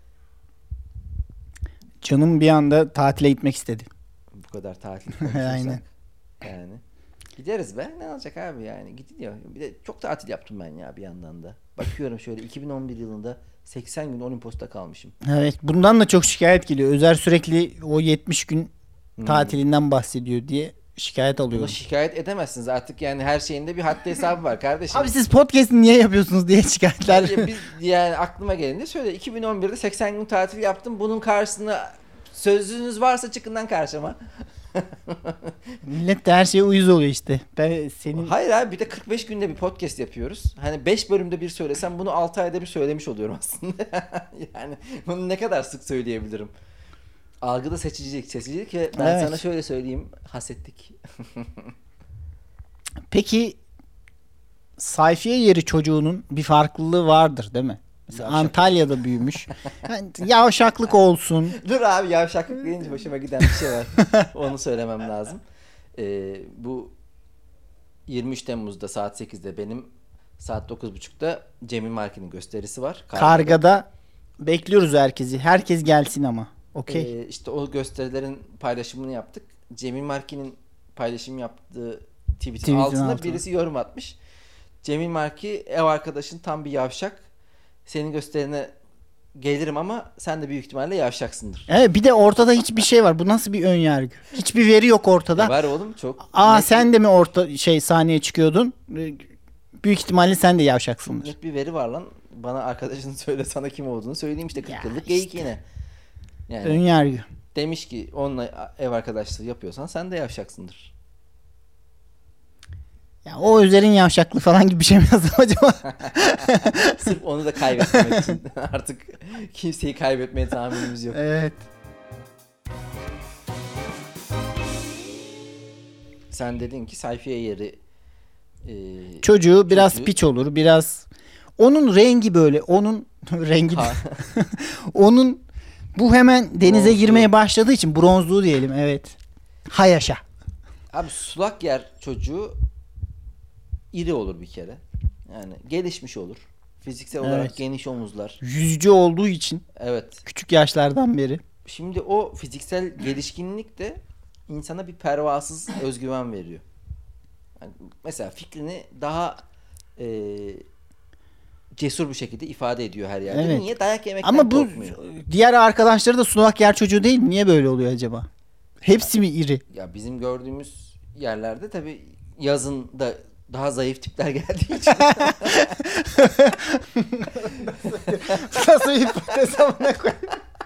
Canım bir anda tatile gitmek istedi. Bu kadar tatil konuşursak. Aynen. Yani. Gideriz be. Ne olacak abi yani. Gidiyor. Bir de çok tatil yaptım ben ya bir yandan da. Bakıyorum şöyle iki bin on bir yılında seksen gün Olimpos'ta kalmışım. Evet. Bundan da çok şikayet geliyor. Özer sürekli o yetmiş gün Hmm. tatilinden bahsediyor diye şikayet alıyor. Bunu şikayet edemezsiniz artık yani, her şeyinde bir haddi hesabı var kardeşim. Abi siz podcast'ı niye yapıyorsunuz diye şikayetler. Ya biz yani aklıma geleni söyle. iki bin on birde seksen gün tatil yaptım. Bunun karşısına sözünüz varsa çıkından karşıma. Millet de her şeye uyuz oluyor işte. Ben senin... Hayır abi, bir de kırk beş günde bir podcast yapıyoruz. Hani beş bölümde bir söylesem bunu altı ayda bir söylemiş oluyorum aslında. Yani bunu ne kadar sık söyleyebilirim? Algıda seçicilik, seçicilik ve ben evet. sana şöyle söyleyeyim, hasettik. Peki sayfiye yeri çocuğunun bir farklılığı vardır değil mi? Mesela Antalya'da büyümüş. Yani yavşaklık olsun. Dur abi, yavşaklık deyince hoşuma giden bir şey var. Onu söylemem lazım. Ee, bu yirmi üç Temmuz'da saat sekizde, benim saat dokuz buçukta Cemil Marki'nin gösterisi var. Karga'da. Karga'da bekliyoruz herkesi. Herkes gelsin ama. Okey. Ee, işte o gösterilerin paylaşımını yaptık. Cemil Marki'nin paylaşım yaptığı tweet'in altında altına birisi yorum atmış. Cemil Marki, ev arkadaşın tam bir yavşak. Senin gösterine gelirim ama sen de büyük ihtimalle yavşaksındır. Evet, bir de ortada hiçbir şey var. Bu nasıl bir ön yargı? Hiçbir veri yok ortada. Var oğlum çok. Aa net sen bir... de mi orta şey sahneye çıkıyordun? Büyük ihtimalle sen de yavşaksındır. Net bir veri var lan. Bana arkadaşını söyle, sana kim olduğunu söyleyeyim işte, kırk yıllık geyik işte. Yine. Yani ön yargı. Demiş ki onunla ev arkadaşlığı yapıyorsan sen de yavşaksındır. Ya o Özer'in yavşaklığı falan gibi bir şey mi yazdım acaba? Sırf onu da kaybetmemek için. Artık kimseyi kaybetmeye tahammülümüz yok. Evet. sen dedin ki sayfiye yeri e, Çocuğu biraz çocuğu- piç olur, biraz onun rengi böyle, onun rengi Ha. onun bu hemen denize Bronzluğu. girmeye başladığı için bronzluğu diyelim, evet. Hay yaşa. Abi sulak yer çocuğu iri olur bir kere. Yani gelişmiş olur. Fiziksel olarak Evet. geniş omuzlar. Yüzücü olduğu için Evet. küçük yaşlardan beri. Şimdi o fiziksel gelişkinlik de insana bir pervasız özgüven veriyor. Yani mesela fikrini daha e, cesur bir şekilde ifade ediyor her yerde. Evet. Niye? Dayak yemekten Ama bu korkmuyor. diğer arkadaşları da sulak yer çocuğu değil mi? Niye böyle oluyor acaba? Hepsi mi iri? Ya bizim gördüğümüz yerlerde tabii yazın da daha zayıf tipler geldiği için. Nasıl hipotez amına koyayım?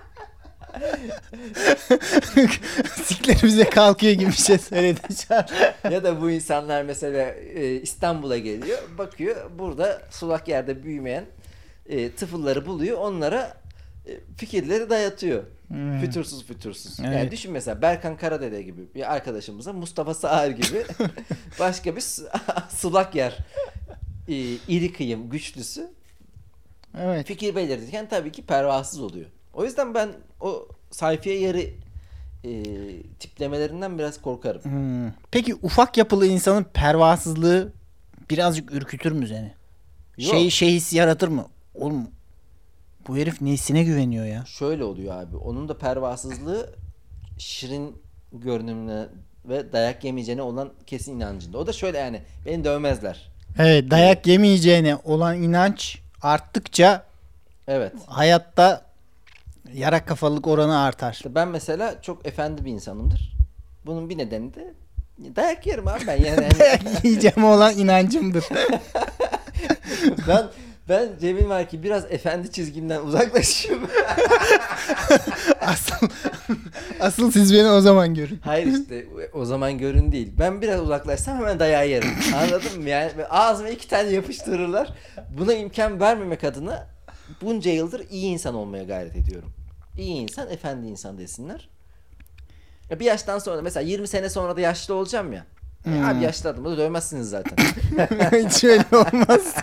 Siklerimize kalkıyor gibi bir şey söyledi Çağrı. Ya da bu insanlar mesela e, İstanbul'a geliyor, bakıyor burada sulak yerde büyümeyen e, tıfılları buluyor, onlara e, fikirleri dayatıyor. Hmm. Fütursuz fütursuz. Yani Evet. düşün mesela Berkan Karadede gibi bir arkadaşımıza, Mustafa Sağır gibi başka bir su- sulak yer e, iri kıyım güçlüsü Evet. fikir belirtirken tabii ki pervasız oluyor. O yüzden ben o sayfiye yeri e, tiplemelerinden biraz korkarım. Hmm. Peki ufak yapılı insanın pervasızlığı birazcık ürkütür mü seni? Yok. Şey şey hissi yaratır mı? Oğlum bu herif nesine güveniyor ya? Şöyle oluyor abi. Onun da pervasızlığı şirin görünümüne ve dayak yemeyeceğine olan kesin inancında. O da şöyle yani beni dövmezler. Evet, dayak yemeyeceğine olan inanç arttıkça Evet. hayatta yarak kafalılık oranı artar. İşte ben mesela çok efendi bir insanımdır. Bunun bir nedeni de dayak yerim abi ben yani. Hani Dayak yiyeceğime olan inancımdır. ben ben Cemil var ki biraz efendi çizgimden uzaklaşıyorum. Asıl asıl siz beni o zaman görün. Hayır işte o zaman görün değil. Ben biraz uzaklaşsam hemen dayağı yerim. Anladın mı? Yani ağzıma iki tane yapıştırırlar. Buna imkan vermemek adına bunca yıldır iyi insan olmaya gayret ediyorum. İyi insan, efendi insan desinler. Ya bir yaştan sonra mesela yirmi sene sonra da yaşlı olacağım ya. E Hmm. abi yaşlı adamı da dövmezsiniz zaten. Hiç öyle olmaz.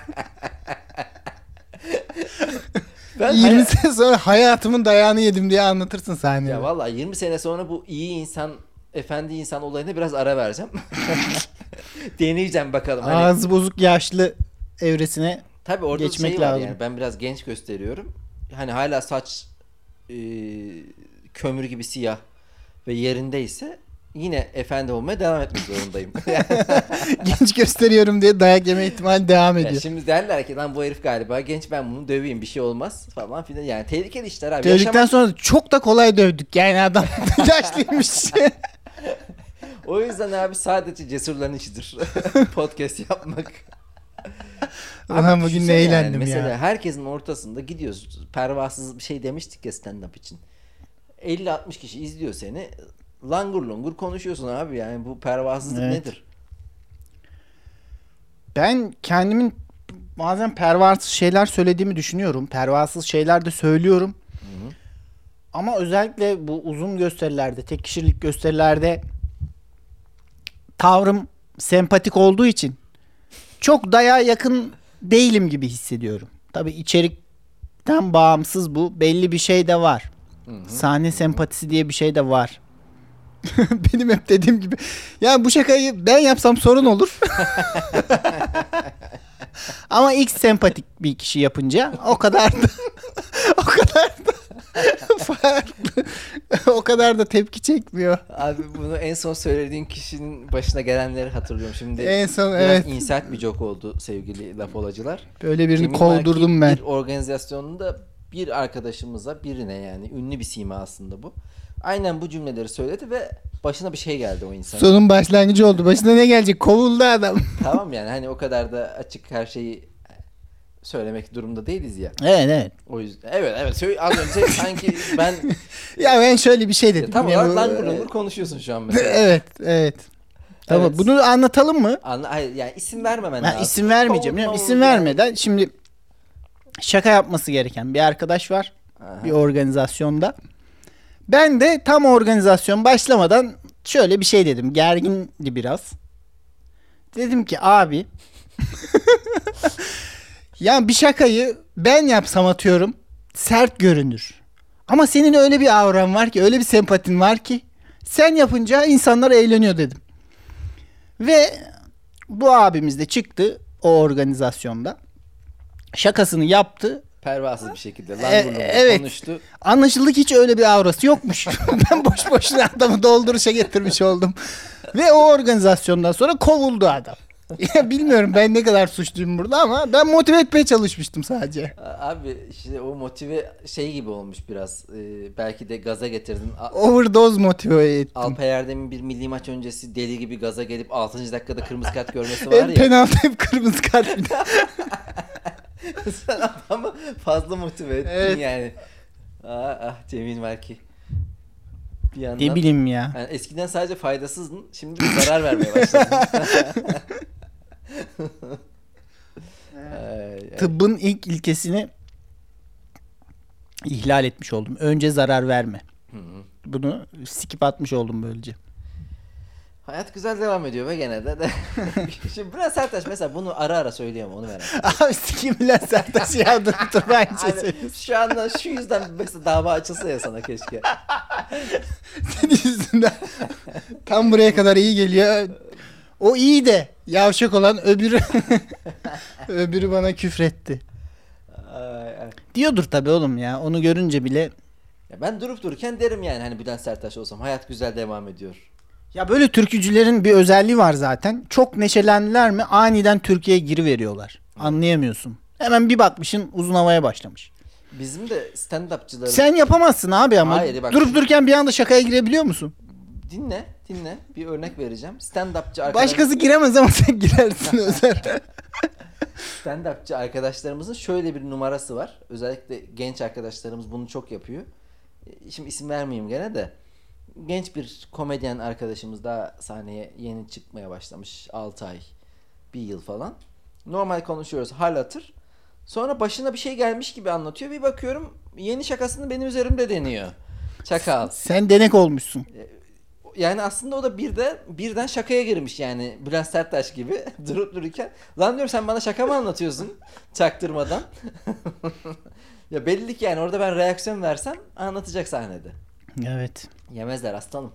Ben yirmi hayal- sene sonra hayatımın dayağını yedim diye anlatırsın sahnede. Ya vallahi yirmi sene sonra bu iyi insan, efendi insan olayına biraz ara vereceğim. Deneyeceğim bakalım. Hani Ağzı bozuk yaşlı evresine. tabii orada geçmek şey var lazım. yani ben biraz genç gösteriyorum. Hani hala saç e, kömür gibi siyah ve yerindeyse yine efendi olmaya devam etmek zorundayım. Genç gösteriyorum diye dayak yeme ihtimali devam Ya ediyor. şimdi derler ki lan bu herif galiba genç, ben bunu döveyim bir şey olmaz falan filan. Yani tehlikeli işler abi. Dövdükten Yaşamak- sonra çok da kolay dövdük. Yani adam yaşlıymış. O yüzden abi sadece cesurların işidir. Podcast yapmak. Ulan bugün düşünsene ne yani, eğlendim mesela ya. herkesin ortasında gidiyoruz. Pervasız bir şey demiştik ya stand-up için. elli altmış kişi izliyor seni. Langur lungur konuşuyorsun abi, yani bu pervasızlık Evet. nedir? Ben kendimin bazen pervasız şeyler söylediğimi düşünüyorum. Pervasız şeyler de söylüyorum. Hı-hı. Ama özellikle bu uzun gösterilerde, tek kişilik gösterilerde tavrım sempatik olduğu için çok dayağa yakın değilim gibi hissediyorum. Tabii içerikten bağımsız bu. Belli bir şey de var. Hı-hı. Sahne sempatisi diye bir şey de var. Benim hep dediğim gibi. Ya bu şakayı ben yapsam sorun olur. Ama ilk sempatik bir kişi yapınca o kadar da o kadar da farklı. O kadar da tepki çekmiyor. Abi bunu en son söylediğin kişinin başına gelenleri hatırlıyorum. Şimdi En son, biraz evet. insert bir joke oldu sevgili laf olacılar. Böyle birini Cemil Marki kovdurdum ben. Bir organizasyonunda bir arkadaşımıza, birine, yani ünlü bir sima aslında bu, aynen bu cümleleri söyledi ve başına bir şey geldi o insanın. Sonun başlangıcı oldu. Başına ne gelecek? Kovuldu adam. Tamam yani hani o kadar da açık her şeyi söylemek durumda değiliz ya. Evet evet. O yüzden evet evet söyle, az önce sanki ben Ya ben şöyle bir şey dedim. tam Ya olarak bu- langur langur konuşuyorsun şu an mesela. Evet evet. Tamam Evet. bunu anlatalım mı? Anla, hayır, yani isim vermemen Ben lazım. isim vermeyeceğim. Kovulma, Ya, isim kovulma. vermeden şimdi şaka yapması gereken bir arkadaş var. Aha. Bir organizasyonda. Ben de tam organizasyon başlamadan şöyle bir şey dedim. Gergindi biraz. Dedim ki abi ya bir şakayı ben yapsam atıyorum sert görünür. Ama senin öyle bir avran var ki, öyle bir sempatin var ki sen yapınca insanlar eğleniyor dedim. Ve bu abimiz de çıktı o organizasyonda. Şakasını yaptı. Pervasız bir şekilde E, lan evet. konuştu. Anlaşıldı ki hiç öyle bir aurası yokmuş. Ben boş boşuna adamı dolduruşa getirmiş oldum. Ve o organizasyondan sonra kovuldu adam. Ya bilmiyorum ben ne kadar suçluyum burada ama ben motive etmeye çalışmıştım sadece. Abi işte o motive şey gibi olmuş biraz. Ee, belki de gaza getirdin. A- Overdose motive ettim. Alpay Erdem'in bir milli maç öncesi deli gibi gaza gelip altıncı dakikada kırmızı kart görmesi var Hep ya. penaltı hep kırmızı kart. Bir de. Sen adamı fazla motive ettin Evet. yani. Ah, ah Cemil Marki. Bir yandan, Ne bileyim ya. yani eskiden sadece faydasızdın. Şimdi bir zarar vermeye başladın. Ay, ay. Tıbbın ilk ilkesini ihlal etmiş oldum. Önce zarar verme. Hı hı. Bunu skip atmış oldum böylece. Hayat güzel devam ediyor ve gene de. de. Şimdi Bülent Serttaş mesela bunu ara ara söylüyor mu onu merak ediyorum. Abi sikim Bülent Serttaş ya dur dur ben şey Hani söyleyeyim. şu anda şu yüzden mesela dava açılsa ya sana keşke. Senin yüzünden. Tam buraya kadar iyi geliyor. O iyi de yavşak olan öbürü öbürü bana küfretti. Ay, ay. Diyordur tabii oğlum ya. Onu görünce bile. Ya ben durup dururken derim yani hani Bülent Serttaş olsam hayat güzel devam ediyor. Ya böyle türkücülerin bir özelliği var zaten. Çok neşelendiler mi aniden Türkiye'ye giriveriyorlar. Anlayamıyorsun. Hemen bir bakmışın uzun havaya başlamış. Bizim de stand-upçıların... Sen yapamazsın abi ama. Hayır, bak- Durup dururken bir anda şakaya girebiliyor musun? Dinle, dinle. Bir örnek vereceğim. Stand-upçı arkadaş... Başkası giremez ama sen girersin Özer. Stand-upçı arkadaşlarımızın şöyle bir numarası var. Özellikle genç arkadaşlarımız bunu çok yapıyor. E, Şimdi isim vermeyeyim gene de. Genç bir komedyen arkadaşımız daha sahneye yeni çıkmaya başlamış. altı ay, bir yıl falan. Normal konuşuyoruz, hal hatır. Sonra başına bir şey gelmiş gibi anlatıyor. Bir bakıyorum yeni şakasını benim üzerimde deniyor. Çakal. Sen denek olmuşsun. Yani aslında o da birden birden şakaya girmiş yani Bülent Serttaş gibi durup dururken. Lan diyorum sen bana şaka mı anlatıyorsun çaktırmadan? Ya belli ki yani orada ben reaksiyon versem anlatacak sahnede. Evet. Yemezler aslanım.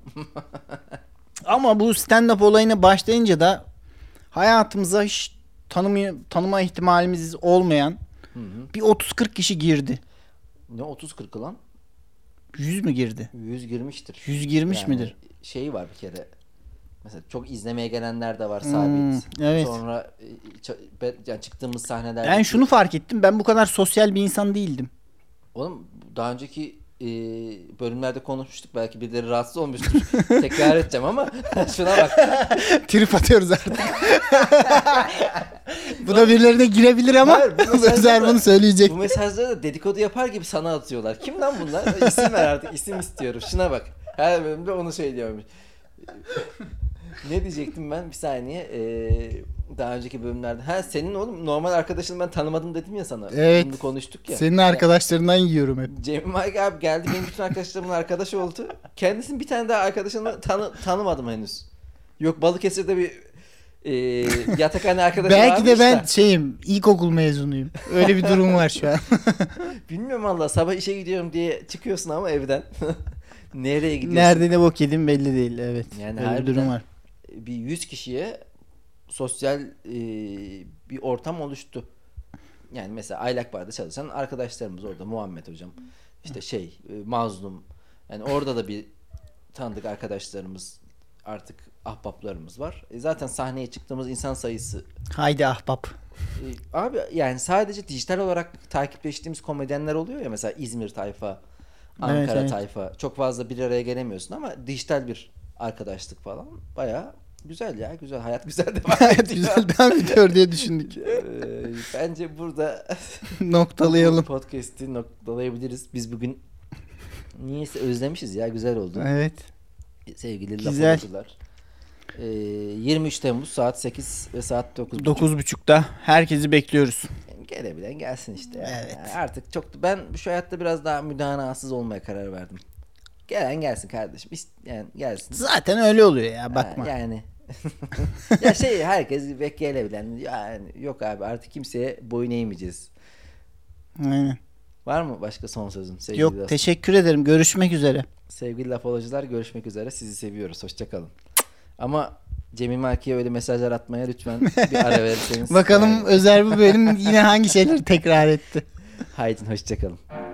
Ama bu stand-up olayına başlayınca da hayatımıza hiç tanımaya, tanıma ihtimalimiz olmayan Hı hı. bir otuz kırk kişi girdi. Ne otuz kırkı lan? yüz mü girdi? yüz girmiştir. yüz girmiş Yani midir? Şey var bir kere. Mesela çok izlemeye gelenler de var Hmm, sabit. evet. Sonra e, ça- be- yani çıktığımız sahnelerde. Ben şunu fark ettim. Ben bu kadar sosyal bir insan değildim. Oğlum daha önceki e, bölümlerde konuşmuştuk. Belki birileri rahatsız olmuştur. Tekrar edeceğim ama şuna bak. Trip atıyoruz artık. Bu da birilerine girebilir ama Hayır, bu mesajda Özer da- bunu söyleyecek. Bu mesajları da dedikodu yapar gibi sana atıyorlar. Kim lan bunlar? İsim ver artık. İsim istiyorum. Şuna bak. Her bölümde onu söylüyormuş. Ne diyecektim ben? Bir saniye. Ee, daha önceki bölümlerde. Ha senin oğlum normal arkadaşını ben tanımadım dedim ya sana. Evet. Bunu konuştuk ya. Senin arkadaşlarından yiyorum hep. Cemil Mike abi geldi benim bütün arkadaşlarımın arkadaşı oldu. Kendisinin bir tane daha arkadaşını tanı tanımadım henüz. Yok Balıkesir'de bir e, yatakhane arkadaşı Belki varmış de ben da. şeyim ilkokul mezunuyum. Öyle bir durum var şu an. Bilmiyorum valla sabah işe gidiyorum diye çıkıyorsun ama evden. Nereye gidiyorsun? Nerede ne bok yedim belli değil. Evet. Yani Öyle bir harbiden durum var. bir yüz kişiye sosyal e, bir ortam oluştu. Yani mesela Aylak Bar'da çalışan arkadaşlarımız orada. Muhammed hocam. İşte şey e, Mazlum. Yani orada da bir tanıdık arkadaşlarımız artık ahbaplarımız var. E, zaten sahneye çıktığımız insan sayısı Haydi ahbap. e, abi yani sadece dijital olarak takipleştiğimiz komedyenler oluyor ya mesela İzmir tayfa, Ankara Evet, evet. tayfa. Çok fazla bir araya gelemiyorsun ama dijital bir arkadaşlık falan. Bayağı güzel ya. Güzel. Hayat güzel devam Gayet ediyor. güzel devam ediyor diye düşündük. Ee, bence burada Noktalayalım. podcast'i noktalayabiliriz. Biz bugün niyeyse özlemişiz ya. Güzel oldu. Evet. Sevgili Güzel. lafacılar. Ee, yirmi üç Temmuz saat sekiz ve saat dokuz. dokuz buçukta herkesi bekliyoruz. Gelebilen gelsin işte. ya. Evet. Yani artık çok ben şu hayatta biraz daha müdanasız olmaya karar verdim. Gelen gelsin kardeşim. İst- Yani gelsin. Zaten öyle oluyor ya bakma. Ha, yani Ya şey herkes bekleyebilen yani yok abi artık kimseye boyun eğmeyeceğiz. Aynen. Var mı başka son sözün sevgili Yok dostum? teşekkür ederim. Görüşmek üzere. Sevgili lafolojılar görüşmek üzere. Sizi seviyoruz. Hoşçakalın. Ama Cemil Marki'ye öyle mesajlar atmaya lütfen bir ara verirseniz. Bakalım Yani. Özer bu bölüm yine hangi şeyleri tekrar etti. Haydi hoşçakalın.